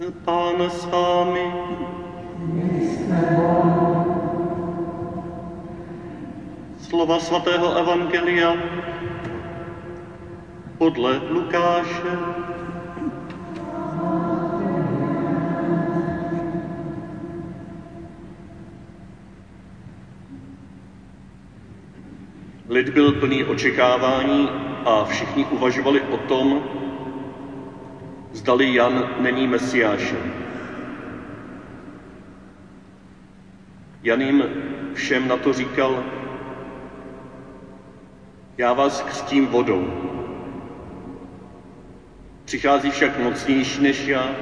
Pán s vámi. Slova svatého evangelia podle Lukáše. Lid byl plný očekávání a všichni uvažovali o tom, zdali Jan není Mesiášem. Jan jim všem na to říkal: já vás křtím vodou. Přichází však mocnější než já,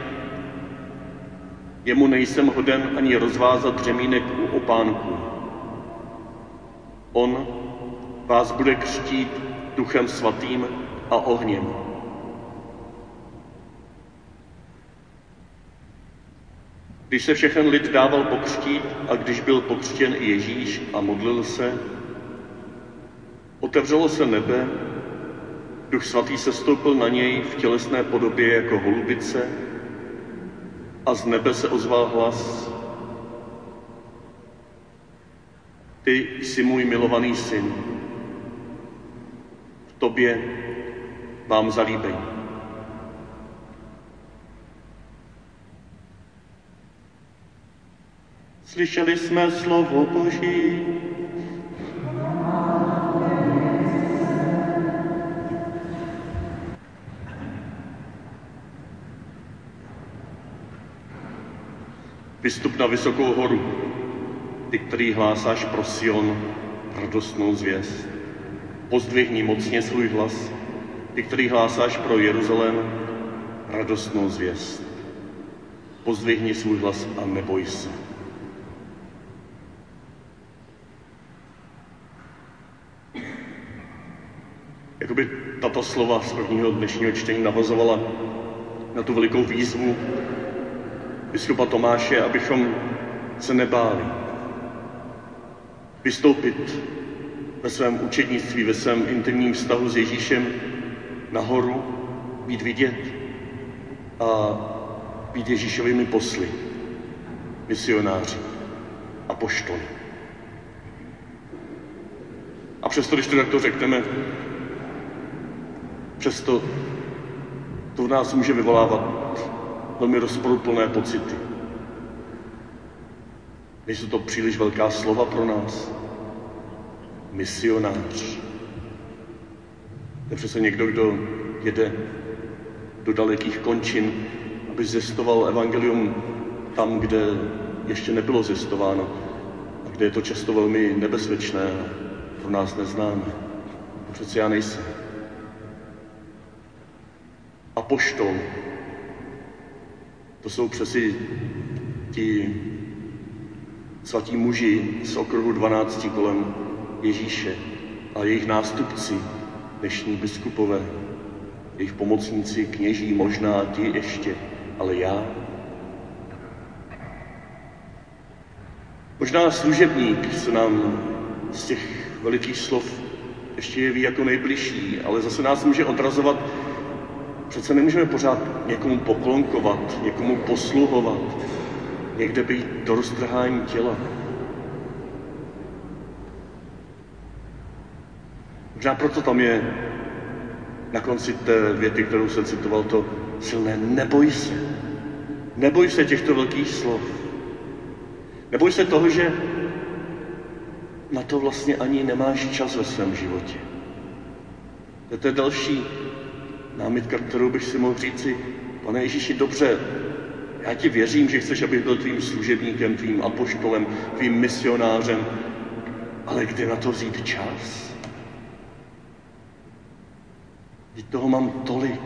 jemu nejsem hoden ani rozvázat řemínek u opánku. On vás bude křtít Duchem Svatým a ohněm. Když se všechen lid dával pokřtít a když byl pokřtěn i Ježíš a modlil se, otevřelo se nebe, Duch Svatý sestoupil na něj v tělesné podobě jako holubice a z nebe se ozval hlas: Ty jsi můj milovaný syn, v tobě mám zalíbení. Slyšeli jsme slovo Boží. Vystup na vysokou horu, ty, který hlásáš pro Sion radostnou zvěst. Pozdvihni mocně svůj hlas, ty, který hlásáš pro Jeruzalém radostnou zvěst. Pozdvihni svůj hlas a neboj se. Jakoby tato slova z prvního dnešního čtení navazovala na tu velikou výzvu biskupa Tomáše, abychom se nebáli vystoupit ve svém učednictví, ve svém intimním vztahu s Ježíšem nahoru, být vidět a být Ježíšovými posly, misionáři, apoštoly. A přesto, když to takto řekneme, přesto to v nás může vyvolávat velmi rozporuplné pocity. Nejsou to příliš velká slova pro nás. Misionář. To je přece někdo, kdo jede do dalekých končin, aby zjistoval evangelium tam, kde ještě nebylo zjistováno a kde je to často velmi nebezpečné a pro nás neznámé. To přece já nejsem. Apoštol. To jsou přeci ti svatí muži z okruhu 12 kolem Ježíše a jejich nástupci, dnešní biskupové, jejich pomocníci, kněží, možná ti ještě, ale já. Možná služebník se nám z těch velikých slov ještě jeví jako nejbližší, ale zase nás může odrazovat. Přece nemůžeme pořád někomu poklonkovat, někomu posluhovat, někde být do roztrhání těla. Možná proto tam je na konci té věty, kterou jsem citoval, to silné neboj se. Neboj se těchto velkých slov. Neboj se toho, že na to vlastně ani nemáš čas ve svém životě. To je další námitka, kterou bych si mohl říci: Pane Ježíši, dobře, já ti věřím, že chceš, abych byl tvým služebníkem, tvým apoštolem, tvým misionářem, ale kde na to vzít čas? Vždyť toho mám tolik.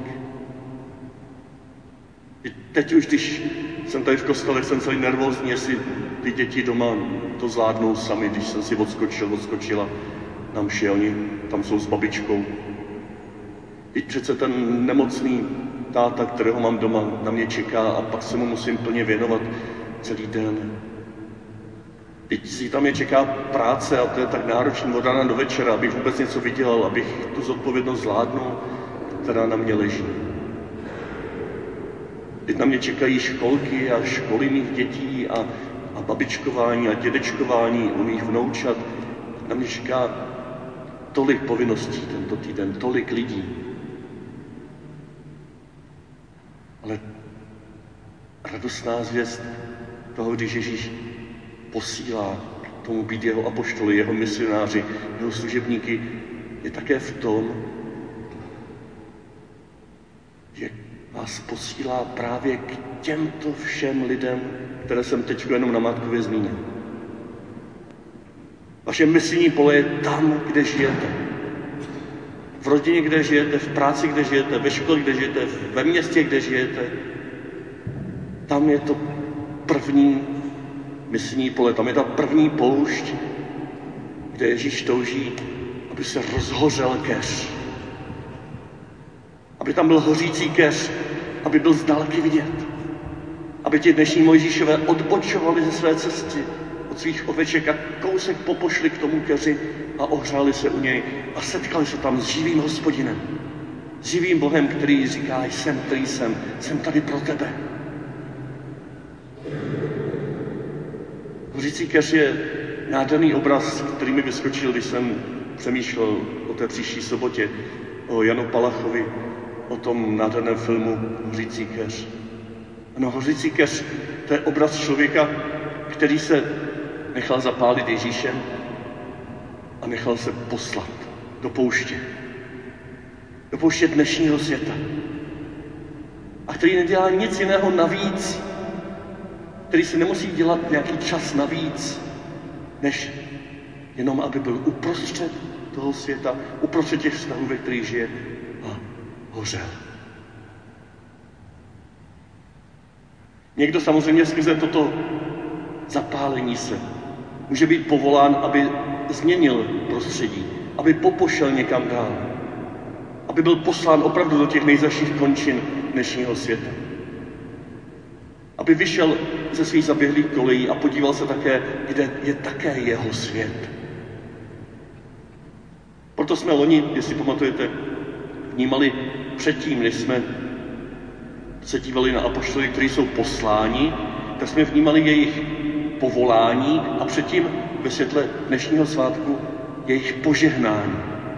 I teď už, když jsem tady v kostele, jsem celý nervózní, jestli ty děti doma to zvládnou sami, když jsem si odskočila na mši, oni tam jsou s babičkou. Teď přece ten nemocný táta, kterého mám doma, na mě čeká a pak se mu musím plně věnovat celý den. Teď si tam je čeká práce a to je tak náročný od rána do večera, abych vůbec něco vydělal, abych tu zodpovědnost zvládnul, která na mě leží. Teď na mě čekají školky a školy mých dětí a babičkování a dědečkování u mých vnoučat. Na mě čeká tolik povinností tento týden, tolik lidí. Ale radostná zvěst toho, když Ježíš posílá k tomu být jeho apoštoly, jeho misionáři, jeho služebníky, je také v tom, že vás posílá právě k těmto všem lidem, které jsem teď jenom namátkově zmínil. Vaše misijní pole je tam, kde žijete. V rodině, kde žijete, v práci, kde žijete, ve škole, kde žijete, ve městě, kde žijete. Tam je to první misijní pole, tam je ta první poušť, kde Ježíš touží, aby se rozhořel keř. Aby tam byl hořící keř, aby byl zdálky vidět. Aby ti dnešní Mojžíšové odbočovali ze své cesty od svých oveček a kousek popošli k tomu keři a ohřáli se u něj a setkali se tam s živým Hospodinem. S živým Bohem, který říká, jsem, který jsem tady pro tebe. Hořící keř je nádherný obraz, který mi vyskočil, když jsem přemýšlel o té příští sobotě, o Janu Palachovi, o tom nádherném filmu Hořící keř. Ano, hořící keř, to je obraz člověka, který se nechal zapálit Ježíšem a nechal se poslat do pouště. Do pouště dnešního světa. A který nedělá nic jiného navíc, který si nemusí dělat nějaký čas navíc, než jenom, aby byl uprostřed toho světa, uprostřed těch vztahů, ve kterých žije a hořel. Někdo samozřejmě skrze toto zapálení se může být povolán, aby změnil prostředí, aby popošel někam dál, aby byl poslán opravdu do těch nejzaších končin dnešního světa. Aby vyšel ze svých zaběhlých kolejí a podíval se také, kde je také jeho svět. Proto jsme loni, jestli pamatujete, vnímali předtím, než jsme se dívali na apoštoly, kteří jsou posláni, tak jsme vnímali jejich povolání a předtím ve světle dnešního svátku jejich požehnání.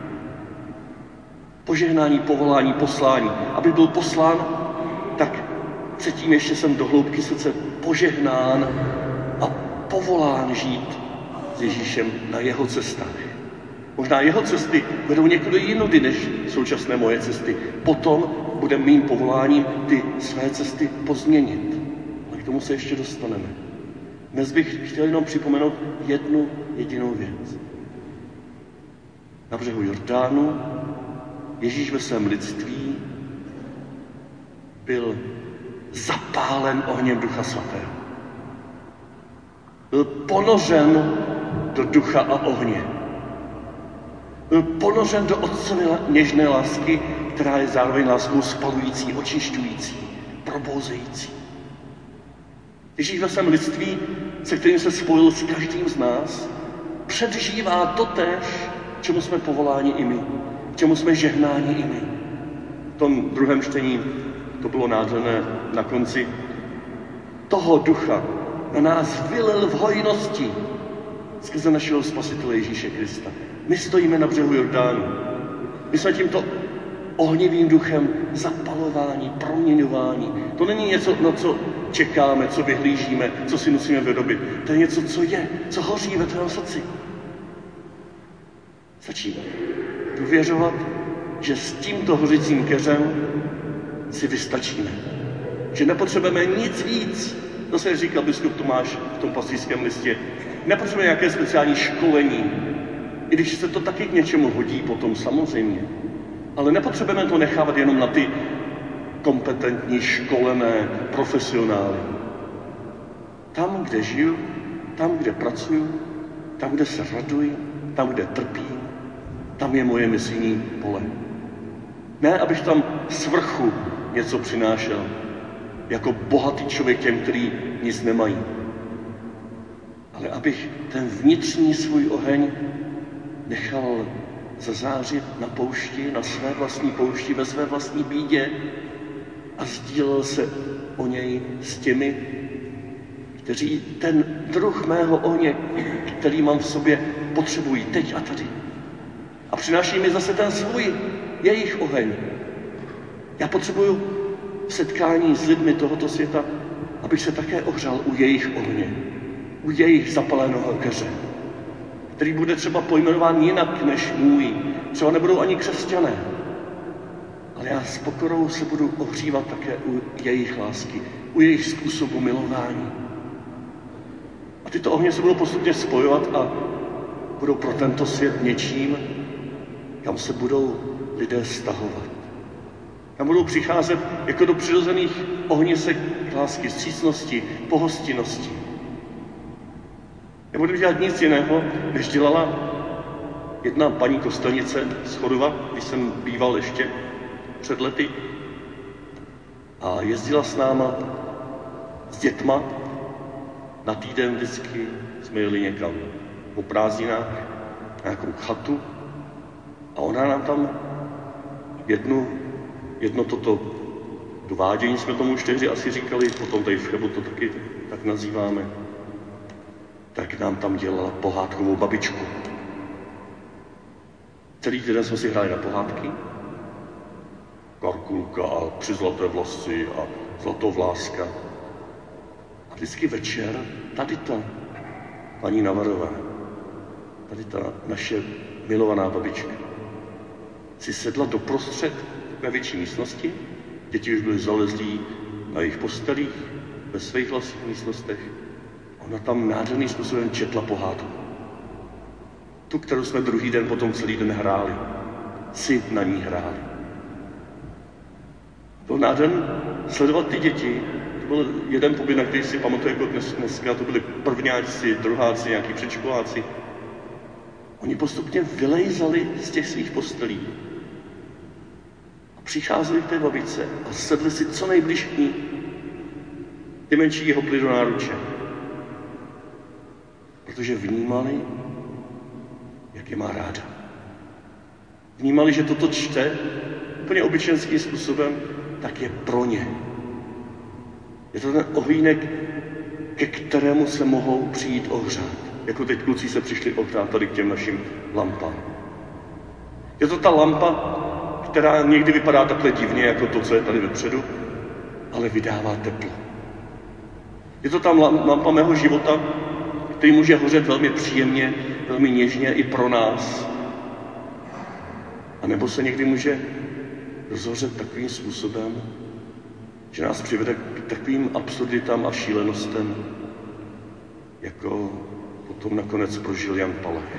Požehnání, povolání, poslání. Aby byl poslán, tak předtím ještě jsem do hloubky srdce požehnán a povolán žít s Ježíšem na jeho cestách. Možná jeho cesty vedou někudy jinudy než současné moje cesty. Potom bude mým povoláním ty své cesty pozměnit. Ale k tomu se ještě dostaneme. Dnes bych chtěl jenom připomenout jednu jedinou věc. Na břehu Jordánu Ježíš ve svém lidství byl zapálen ohněm Ducha Svatého. Byl ponořen do ducha a ohně. Byl ponořen do Otcovy něžné lásky, která je zároveň láskou spalující, očišťující, probouzející. Ježíš ve svém lidství, se kterým se spojil s každým z nás, předžívá totéž, čemu jsme povoláni i my, čemu jsme žehnáni i my. V tom druhém čtení to bylo nádherné na konci. Toho ducha na nás vylil v hojnosti skrze našeho Spasitele Ježíše Krista. My stojíme na břehu Jordánu. My jsme tímto ohnivým duchem zapalování, proměňování. To není něco, na co čekáme, co vyhlížíme, co si musíme vyrobit. To je něco, co je, co hoří ve tvém srdci. Stačí důvěřovat, že s tímto hořícím keřem si vystačíme. Že nepotřebujeme nic víc. To se říkal biskup Tomáš v tom pastýřském listě. Nepotřebujeme nějaké speciální školení. I když se to taky k něčemu hodí potom samozřejmě. Ale nepotřebujeme to nechávat jenom na ty kompetentní, školené profesionály. Tam, kde žiju, tam, kde pracuji, tam, kde se raduji, tam, kde trpím, tam je moje misijní pole. Ne, abych tam z vrchu něco přinášel, jako bohatý člověk těm, který nic nemají. Ale abych ten vnitřní svůj oheň nechal zazářit na poušti, na své vlastní poušti, ve své vlastní bídě a sdílel se o něj s těmi, kteří ten druh mého ohně, který mám v sobě, potřebují teď a tady. A přináší mi zase ten svůj, jejich oheň. Já potřebuju v setkání s lidmi tohoto světa, abych se také ohřál u jejich ohně, u jejich zapaleného keře, který bude třeba pojmenován jinak než můj. Třeba nebudou ani křesťané, ale já s pokorou se budu ohřívat také u jejich lásky, u jejich způsobu milování. A tyto ohně se budou postupně spojovat a budou pro tento svět něčím, kam se budou lidé stahovat. Tam budou přicházet jako do přirozených ohnisek lásky, vstřícnosti, pohostinnosti. Nebudu dělat nic jiného, než dělala jedna paní kostelnice z Chodova, když jsem býval ještě před lety. A jezdila s náma, s dětma, na týden vždycky jsme jeli někam po prázdninách, na nějakou chatu. A ona nám tam jedno toto dovádění, jsme tomu už tehdy asi říkali, potom tady v Chebu to taky tak nazýváme, tak nám tam dělala pohádkovou babičku. Celý týden jsme si hráli na pohádky. Karkulka a Tři zlaté vlasy a Zlatovláska. A vždycky večer tady ta paní Navarová, tady ta naše milovaná babička, si sedla doprostřed takové větší místnosti. Děti už byly zalezlí na jejich postelích, ve svých vlastních místnostech. Ona tam nádherným způsobem četla pohádku. Tu, kterou jsme druhý den potom celý den hráli. Si na ní hráli. Byl nádherný sledovat ty děti. To byl jeden pobyt, na který si pamatuju jako dneska. To byli prvňáčci, druháci, nějaký předškoláci. Oni postupně vylejzali z těch svých postelí. A přicházeli k té babičce a sedli si co nejblíž k ní. Ty menší jeho pli do náruče. Protože vnímali, jak je má ráda. Vnímali, že toto čte úplně obyčejným způsobem, tak je pro ně. Je to ten ohýnek, ke kterému se mohou přijít ohřát. Jako teď kluci se přišli ohřát tady k těm našim lampám. Je to ta lampa, která někdy vypadá takhle divně, jako to, co je tady vepředu, ale vydává teplo. Je to ta lampa mého života, který může hořet velmi příjemně, velmi něžně i pro nás. A nebo se někdy může rozhořet takovým způsobem, že nás přivede k takovým absurditám a šílenostem, jako potom nakonec prožil Jan Palach.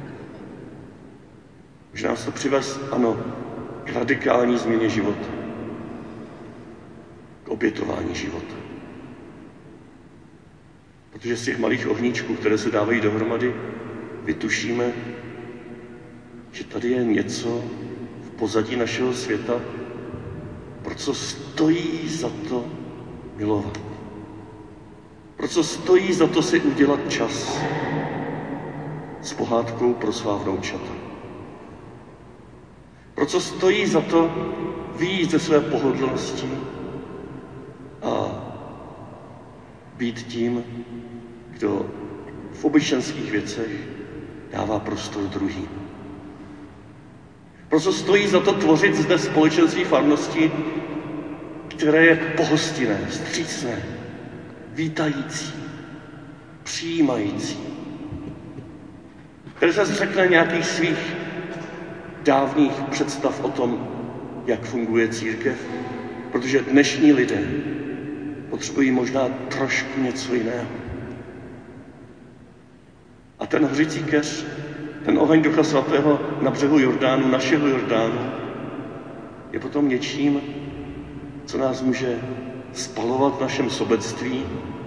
Může nás to přivést, ano, k radikální změně života, k obětování života. Protože z těch malých ohníčků, které se dávají dohromady, vytušíme, že tady je něco v pozadí našeho světa, pro co stojí za to milovat. Pro co stojí za to si udělat čas s pohádkou pro svá vnoučata. Pro co stojí za to vyjít ze své pohodlnosti a být tím, kdo v obyčejných věcech dává prostor druhým. Proto stojí za to tvořit zde společenství farnosti, které je pohostinné, vstřícné, vítající, přijímající, které se zřekne nějakých svých dávných představ o tom, jak funguje církev, protože dnešní lidé potřebují možná trošku něco jiného. A ten hořící keř, ten oheň Ducha Svatého na břehu Jordánu, našeho Jordánu, je potom něčím, co nás může spalovat v našem sobectví,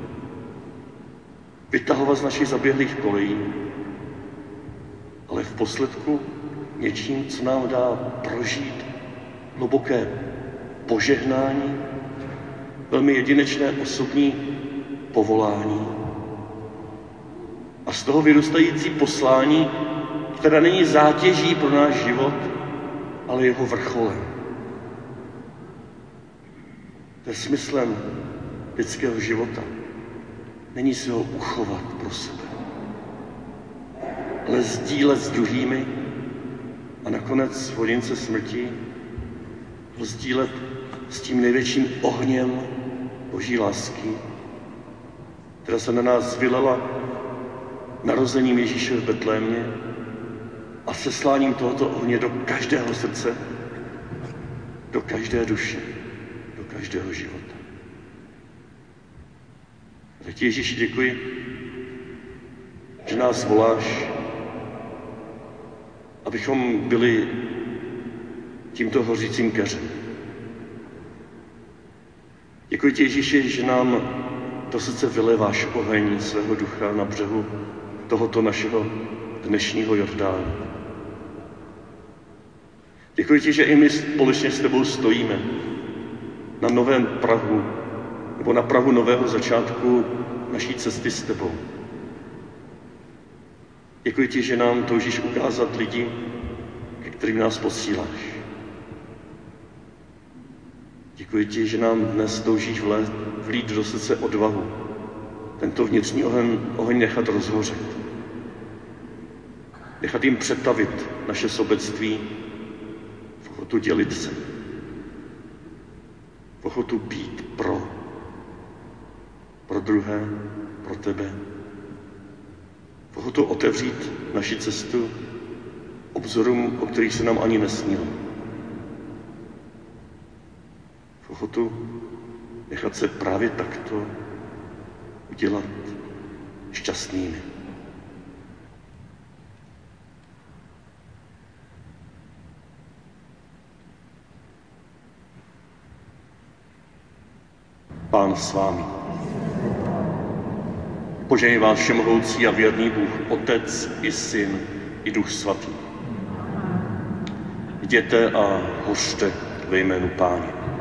vytahovat z našich zaběhlých kolejí, ale v posledku něčím, co nám dá prožít hluboké požehnání, velmi jedinečné osobní povolání a z toho vyrůstající poslání, které není zátěží pro náš život, ale jeho vrcholem. To je smyslem lidského života. Není si ho uchovat pro sebe, ale sdílet s druhými a nakonec v hodince smrti ho sdílet s tím největším ohněm Boží lásky, která se na nás vylala narozením Ježíše v Betlémě a sesláním tohoto ohně do každého srdce, do každé duše, do každého života. Tak ti, Ježíši, děkuji, že nás voláš, abychom byli tímto hořícím keřem. Děkuji ti, Ježíši, že nám do srdce vyléváš oheň svého ducha na břehu tohoto našeho dnešního Jordánu. Děkuji ti, že i my společně s tebou stojíme na novém prahu, nebo na prahu nového začátku naší cesty s tebou. Děkuji ti, že nám toužíš ukázat lidi, ke kterým nás posíláš. Děkuji ti, že nám dnes toužíš vlít do srdce odvahu, tento vnitřní oheň nechat rozhořet. Nechat jim přetavit naše sobectví v ochotu dělit se, v ochotu být pro druhé, pro tebe, v ochotu otevřít naši cestu obzorům, o kterých se nám ani nesnilo. V ochotu nechat se právě takto udělat šťastnými. Pán s vámi. Požehnej vás všemohoucí a věrný Bůh, Otec i Syn i Duch Svatý. Jděte a hořte ve jménu Páně.